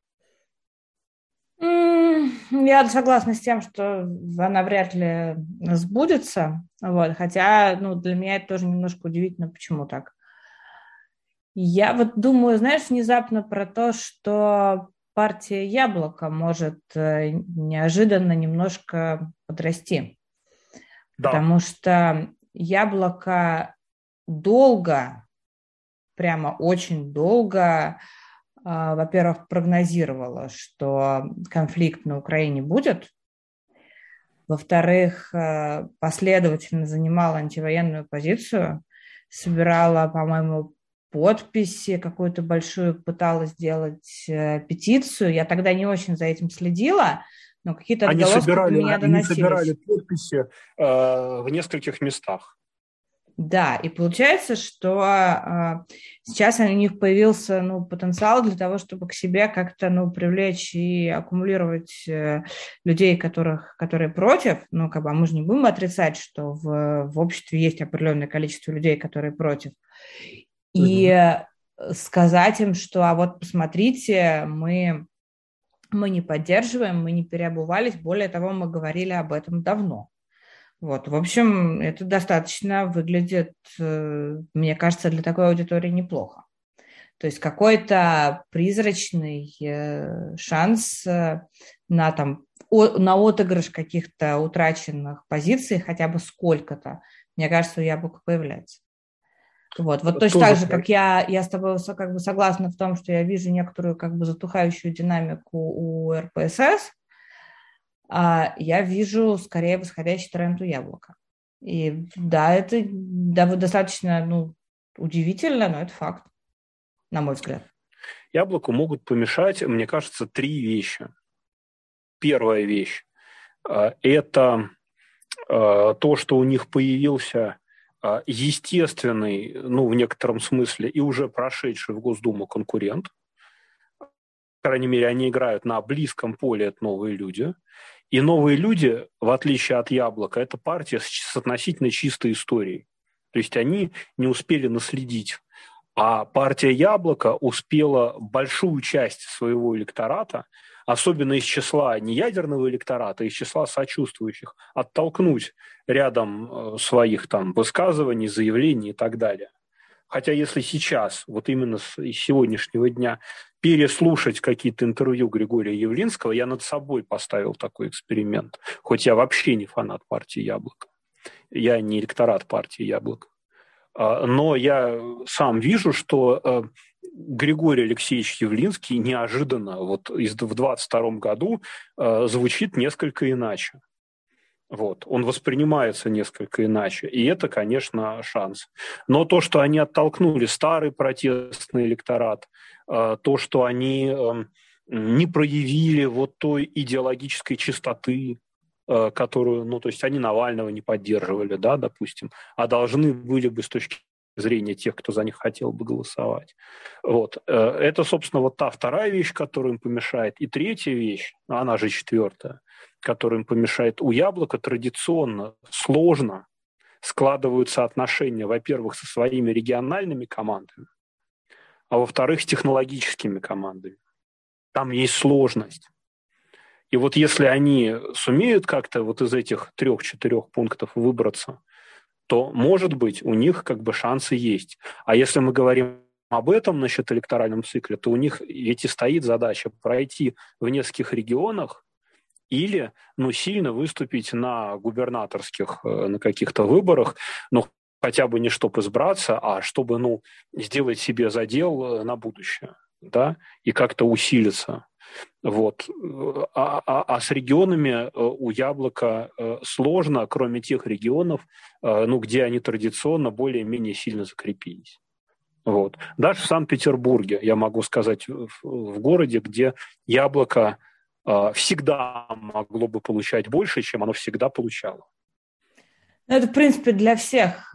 Я согласна с тем, что она вряд ли сбудется. Вот. Хотя, ну, для меня это тоже немножко удивительно, почему так. Я вот думаю, знаешь, внезапно про то, что партия «Яблоко» может неожиданно немножко подрасти. Да. Потому что «Яблоко» долго, прямо очень долго, во-первых, прогнозировало, что конфликт на Украине будет. Во-вторых, последовательно занимала антивоенную позицию, собирала, по-моему, подписи какую-то большую, пыталась сделать петицию. Я тогда не очень за этим следила, но какие-то отголоски собирали, до меня доносились. Они собирали подписи э, в нескольких местах. Да, и получается, что э, сейчас у них появился, ну, потенциал для того, чтобы к себе как-то, ну, привлечь и аккумулировать э, людей, которых, которые против. Ну, как бы, а мы же не будем отрицать, что в, в обществе есть определенное количество людей, которые против. И угу. сказать им, что а вот посмотрите, мы, мы не поддерживаем, мы не переобувались, более того, мы говорили об этом давно. Вот, в общем, это достаточно выглядит, мне кажется, для такой аудитории неплохо. То есть какой-то призрачный шанс на, там, на отыгрыш каких-то утраченных позиций, хотя бы сколько-то, мне кажется, у Яблока появляется. Вот, вот точно так же, как я, я с тобой как бы согласна в том, что я вижу некоторую как бы затухающую динамику у эр пэ эс эс, а я вижу скорее восходящий тренд у Яблока. И да, это да, достаточно ну, удивительно, но это факт, на мой взгляд. Яблоку могут помешать, мне кажется, три вещи. Первая вещь – это то, что у них появился естественный, ну, в некотором смысле, и уже прошедший в Госдуму конкурент. По крайней мере, они играют на близком поле, это новые люди. И новые люди, в отличие от Яблока, это партия с относительно чистой историей. То есть они не успели наследить. А партия Яблоко успела большую часть своего электората, особенно из числа не ядерного электората, а из числа сочувствующих, оттолкнуть рядом своих там высказываний, заявлений и так далее. Хотя если сейчас, вот именно с сегодняшнего дня, переслушать какие-то интервью Григория Явлинского, я над собой поставил такой эксперимент, хоть я вообще не фанат партии Яблоко, я не электорат партии Яблоко. Но я сам вижу, что Григорий Алексеевич Явлинский неожиданно вот в двадцать втором году звучит несколько иначе. Вот. Он воспринимается несколько иначе. И это, конечно, шанс. Но то, что они оттолкнули старый протестный электорат, то, что они не проявили вот той идеологической чистоты, которую, ну, то есть они Навального не поддерживали, да, допустим, а должны были бы с точки зрения тех, кто за них хотел бы голосовать. Вот. Это, собственно, вот та вторая вещь, которая им помешает. И третья вещь, она же четвертая, которая им помешает. У Яблока традиционно сложно складываются отношения, во-первых, со своими региональными командами, а во-вторых, с технологическими командами. Там есть сложность. И вот если они сумеют как-то вот из этих трех-четырех пунктов выбраться, то, может быть, у них как бы шансы есть. А если мы говорим об этом насчет электоральном цикле, то у них ведь и стоит задача пройти в нескольких регионах или ну, сильно выступить на губернаторских, на каких-то выборах, но хотя бы не чтобы избраться, а чтобы ну, сделать себе задел на будущее, да, и как-то усилиться. Вот. А, а, а с регионами у Яблока сложно, кроме тех регионов, ну, где они традиционно более-менее сильно закрепились. Вот. Даже в Санкт-Петербурге, я могу сказать, в, в городе, где Яблоко всегда могло бы получать больше, чем оно всегда получало. Это, в принципе, для всех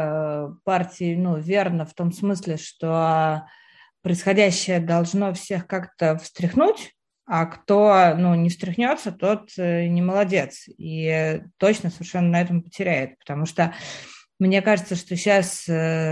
партий ну, верно в том смысле, что происходящее должно всех как-то встряхнуть, а кто ну, не встряхнется, тот не молодец. И точно совершенно на этом потеряет. Потому что мне кажется, что сейчас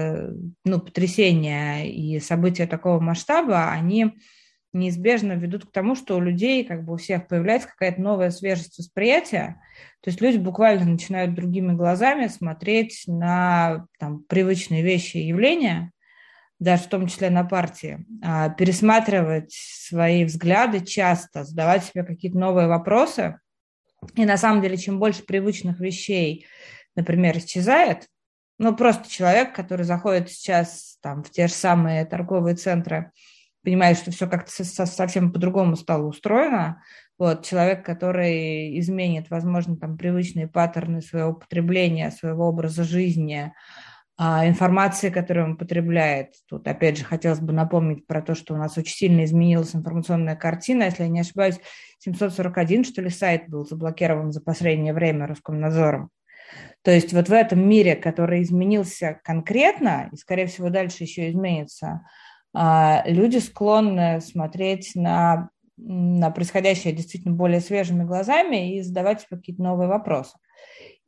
ну, потрясения и события такого масштаба, они неизбежно ведут к тому, что у людей, как бы у всех появляется какая-то новая свежесть восприятия. То есть люди буквально начинают другими глазами смотреть на там, привычные вещи и явления, даже в том числе на партии, пересматривать свои взгляды часто, задавать себе какие-то новые вопросы. И на самом деле, чем больше привычных вещей, например, исчезает, ну, просто человек, который заходит сейчас там, в те же самые торговые центры, понимает, что все как-то совсем по-другому стало устроено, вот, человек, который изменит, возможно, там, привычные паттерны своего потребления, своего образа жизни, информации, которую он потребляет. Тут, опять же, хотелось бы напомнить про то, что у нас очень сильно изменилась информационная картина. Если я не ошибаюсь, семьсот сорок один, что ли, сайт был заблокирован за последнее время Роскомнадзором. То есть вот в этом мире, который изменился конкретно, и, скорее всего, дальше еще изменится, люди склонны смотреть на, на происходящее действительно более свежими глазами и задавать себе какие-то новые вопросы.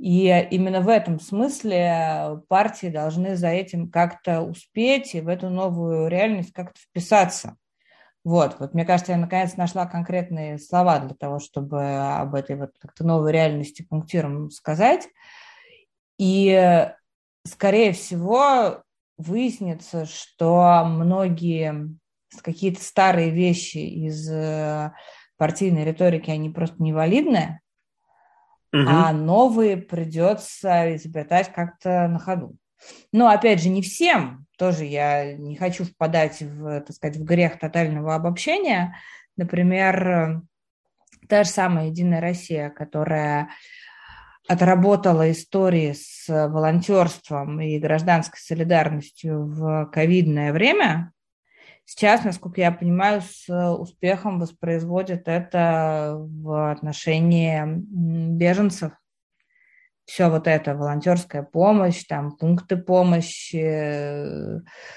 И именно в этом смысле партии должны за этим как-то успеть и в эту новую реальность как-то вписаться. Вот, вот мне кажется, я наконец нашла конкретные слова для того, чтобы об этой вот как-то новой реальности пунктиром сказать. И, скорее всего, выяснится, что многие какие-то старые вещи из партийной риторики, они просто невалидны, угу. А новые придется изобретать как-то на ходу. Но, опять же, не всем. Тоже я не хочу впадать в, так сказать, в грех тотального обобщения. Например, та же самая «Единая Россия», которая отработала истории с волонтерством и гражданской солидарностью в ковидное время, сейчас, насколько я понимаю, с успехом воспроизводит это в отношении беженцев. Все вот это, волонтерская помощь, там, пункты помощи,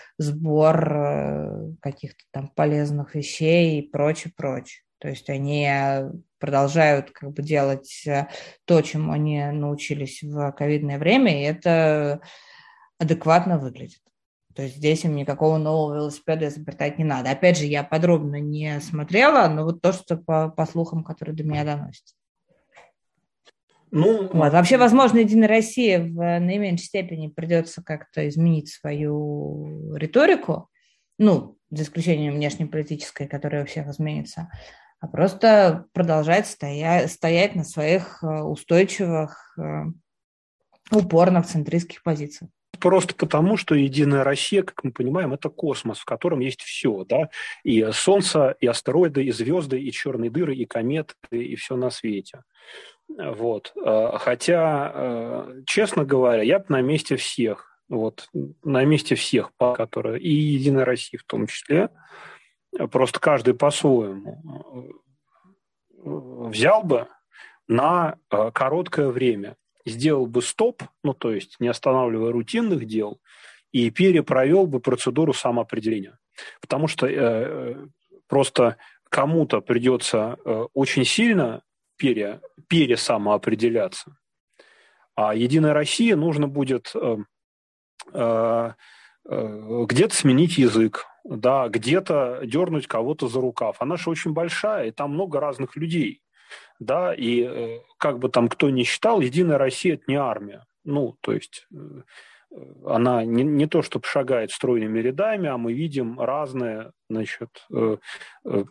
сбор каких-то там полезных вещей и прочее, прочее. То есть они продолжают как бы делать то, чему они научились в ковидное время, и это адекватно выглядит. То есть здесь им никакого нового велосипеда изобретать не надо. Опять же, я подробно не смотрела, но вот то, что по, по слухам, которые до меня доносятся. Ну, вот. Вообще, возможно, «Единая Россия» в наименьшей степени придется как-то изменить свою риторику, ну, за исключением внешнеполитической, которая у всех изменится, а просто продолжать стоять, стоять на своих устойчивых, упорных центристских позициях. Просто потому, что «Единая Россия», как мы понимаем, это космос, в котором есть все, да, и Солнце, и астероиды, и звезды, и черные дыры, и кометы, и все на свете. Вот. Хотя, честно говоря, я бы на месте всех, вот, на месте всех, которые, и «Единая Россия» в том числе, просто каждый по-своему взял бы на короткое время, сделал бы стоп, ну, то есть не останавливая рутинных дел, и перепровел бы процедуру самоопределения. Потому что э, просто кому-то придется э, очень сильно пере, пересамоопределяться. А «Единой России» нужно будет э, э, э, где-то сменить язык, да, где-то дернуть кого-то за рукав. Она же очень большая, и там много разных людей. Да, и э, как бы там кто ни считал, «Единая Россия» – это не армия. Ну, то есть э, она не, не то, чтобы шагает стройными рядами, а мы видим разные, значит, э, э,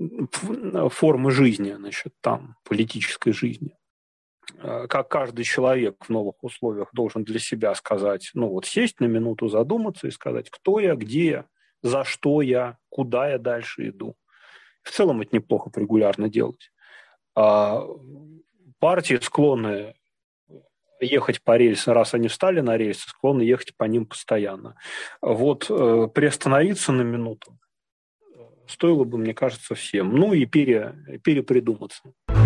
формы жизни, значит, там, политической жизни. Как каждый человек в новых условиях должен для себя сказать, ну вот сесть на минуту, задуматься и сказать, кто я, где я, за что я, куда я дальше иду. В целом это неплохо регулярно делать. А партии склонны ехать по рельсам, раз они встали на рельсы, склонны ехать по ним постоянно. Вот э, приостановиться на минуту стоило бы, мне кажется, всем. Ну и пере, перепридуматься.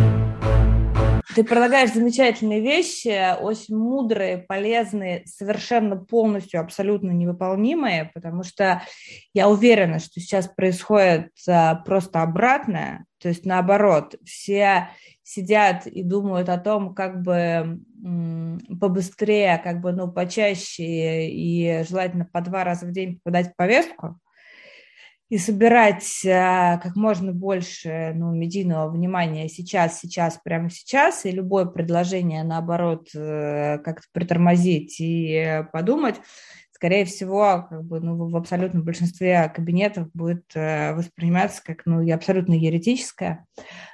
Ты предлагаешь замечательные вещи, очень мудрые, полезные, совершенно полностью, абсолютно невыполнимые, потому что я уверена, что сейчас происходит просто обратное, то есть наоборот, все сидят и думают о том, как бы побыстрее, как бы, ну, почаще и желательно по два раза в день попадать в повестку, и собирать как можно больше, ну, медийного внимания сейчас, сейчас, прямо сейчас, и любое предложение, наоборот, как-то притормозить и подумать, скорее всего, как бы, ну, в абсолютном большинстве кабинетов будет восприниматься как, ну, абсолютно еретическое.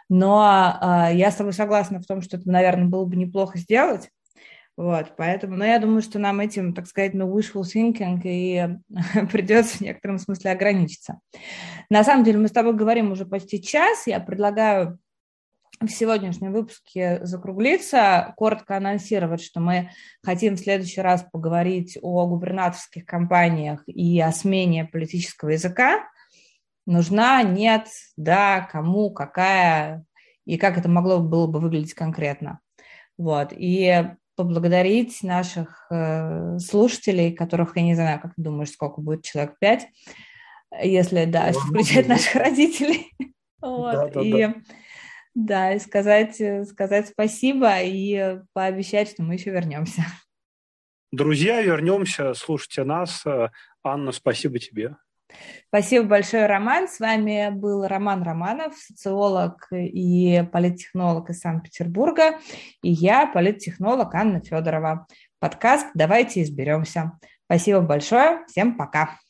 Но я с тобой согласна в том, что это, наверное, было бы неплохо сделать. Вот, поэтому, но я думаю, что нам этим, так сказать, ну, wishful thinking и придется в некотором смысле ограничиться. На самом деле мы с тобой говорим уже почти час. Я предлагаю в сегодняшнем выпуске закруглиться, коротко анонсировать, что мы хотим в следующий раз поговорить о губернаторских кампаниях и о смене политического языка. Нужна, нет, да, кому, какая, и как это могло было бы выглядеть конкретно. Вот, и поблагодарить наших э, слушателей, которых, я не знаю, как ты думаешь, сколько будет, человек пять, если, да, если включать наших родителей. Вот. Да, да, и, да. Да, и сказать, сказать спасибо и пообещать, что мы еще вернемся. Друзья, вернемся, слушайте нас. Анна, спасибо тебе. Спасибо большое, Роман. С вами был Роман Романов, социолог и политтехнолог из Санкт-Петербурга, и я, политтехнолог Анна Федорова. Подкаст «Давайте изберемся». Спасибо большое. Всем пока.